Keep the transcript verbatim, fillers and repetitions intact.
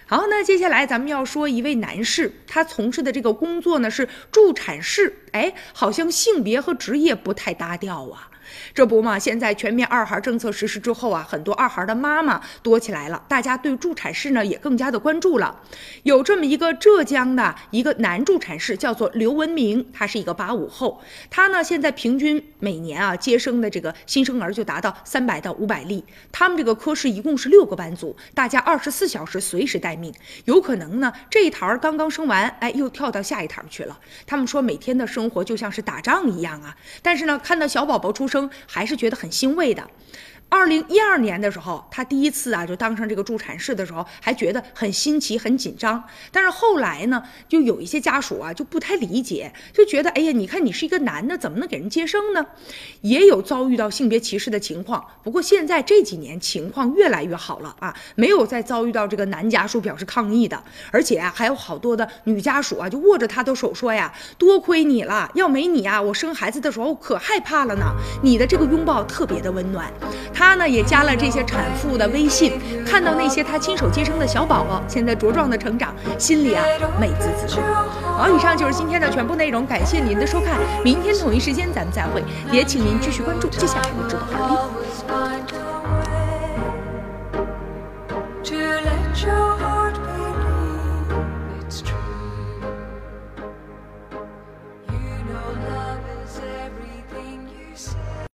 好，那接下来咱们要说一位男士，他从事的这个工作呢是助产士，哎，好像性别和职业不太搭调啊。这不嘛，现在全面二孩政策实施之后啊，很多二孩的妈妈多起来了，大家对助产士呢也更加的关注了。有这么一个浙江的一个男助产士，叫做刘文明，他是一个八五后，他呢现在平均每年啊接生的这个新生儿就达到三百到五百例。他们这个科室一共是六个班组，大家二十四小时随时待命，有可能呢这一台刚刚生完，哎又跳到下一台去了。他们说每天的生活就像是打仗一样啊，但是呢看到小宝宝出生还是觉得很欣慰的。二零一二年的时候，他第一次啊就当上这个助产士的时候，还觉得很新奇、很紧张。但是后来呢，就有一些家属啊就不太理解，就觉得哎呀，你看你是一个男的，怎么能给人接生呢？也有遭遇到性别歧视的情况。不过现在这几年情况越来越好了啊，没有再遭遇到这个男家属表示抗议的，而且啊还有好多的女家属啊就握着他的手说呀，多亏你了，要没你啊，我生孩子的时候可害怕了呢。你的这个拥抱特别的温暖。他呢也加了这些产妇的微信，看到那些他亲手接生的小宝宝现在茁壮的成长，心里啊美滋滋。好，以上就是今天的全部内容，感谢您的收看，明天同一时间咱们再会，也请您继续关注接下来的直播话题。